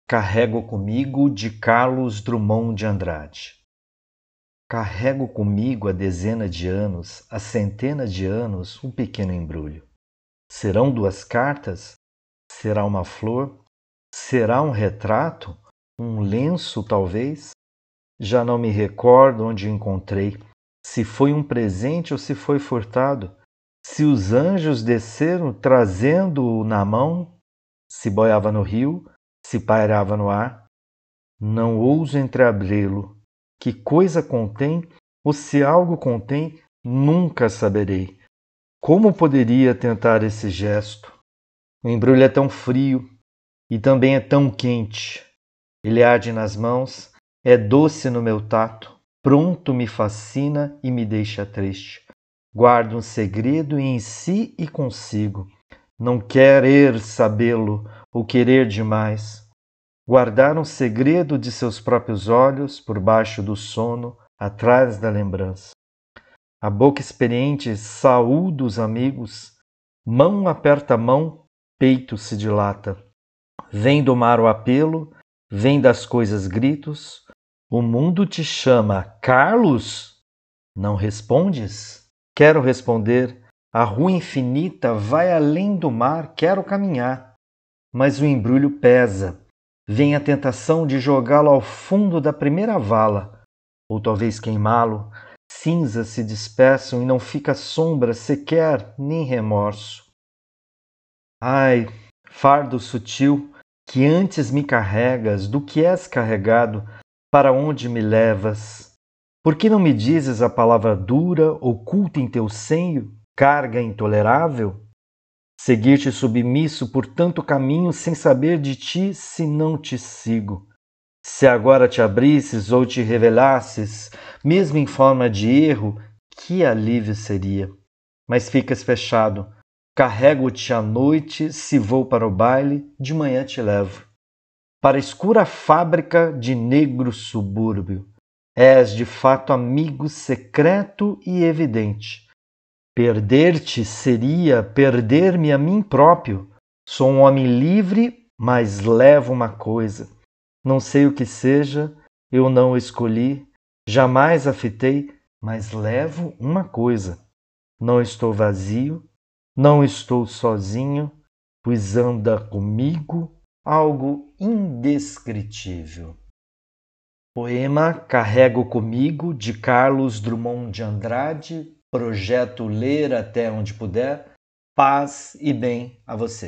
Carrego comigo, de Carlos Drummond de Andrade. Carrego comigo há dezena de anos, há centena de anos, um pequeno embrulho. Serão duas cartas? Será uma flor? Será um retrato? Um lenço, talvez? Já não me recordo onde o encontrei, se foi um presente ou se foi furtado, se os anjos desceram trazendo-o na mão, se boiava no rio, se pairava no ar. Não ouso entreabri-lo. Que coisa contém, ou se algo contém, nunca saberei. Como poderia tentar esse gesto? O embrulho é tão frio e também é tão quente. Ele arde nas mãos, é doce no meu tato, pronto me fascina e me deixa triste. Guardo um segredo em si e consigo. Não querer sabê-lo ou querer demais. Guardar um segredo de seus próprios olhos, por baixo do sono, atrás da lembrança. A boca experiente saúda os amigos, mão aperta mão, peito se dilata. Vem do mar o apelo, vem das coisas gritos. O mundo te chama, Carlos? Não respondes? Quero responder. A rua infinita vai além do mar, quero caminhar. Mas o embrulho pesa. Vem a tentação de jogá-lo ao fundo da primeira vala, ou talvez queimá-lo. Cinzas se dispersam e não fica sombra sequer, nem remorso. Ai, fardo sutil, que antes me carregas do que és carregado, para onde me levas? Por que não me dizes a palavra dura, oculta em teu seio, carga intolerável? Seguir-te submisso por tanto caminho sem saber de ti se não te sigo. Se agora te abrisses ou te revelasses, mesmo em forma de erro, que alívio seria! Mas ficas fechado. Carrego-te à noite, se vou para o baile, de manhã te levo. Para a escura fábrica de negro subúrbio. És de fato amigo secreto e evidente. Perder-te seria perder-me a mim próprio. Sou um homem livre, mas levo uma coisa. Não sei o que seja, eu não o escolhi, jamais a fitei, mas levo uma coisa. Não estou vazio, não estou sozinho, pois anda comigo algo indescritível. Poema Carrego Comigo, de Carlos Drummond de Andrade. Projeto Ler Até Onde Puder. Paz e bem a você.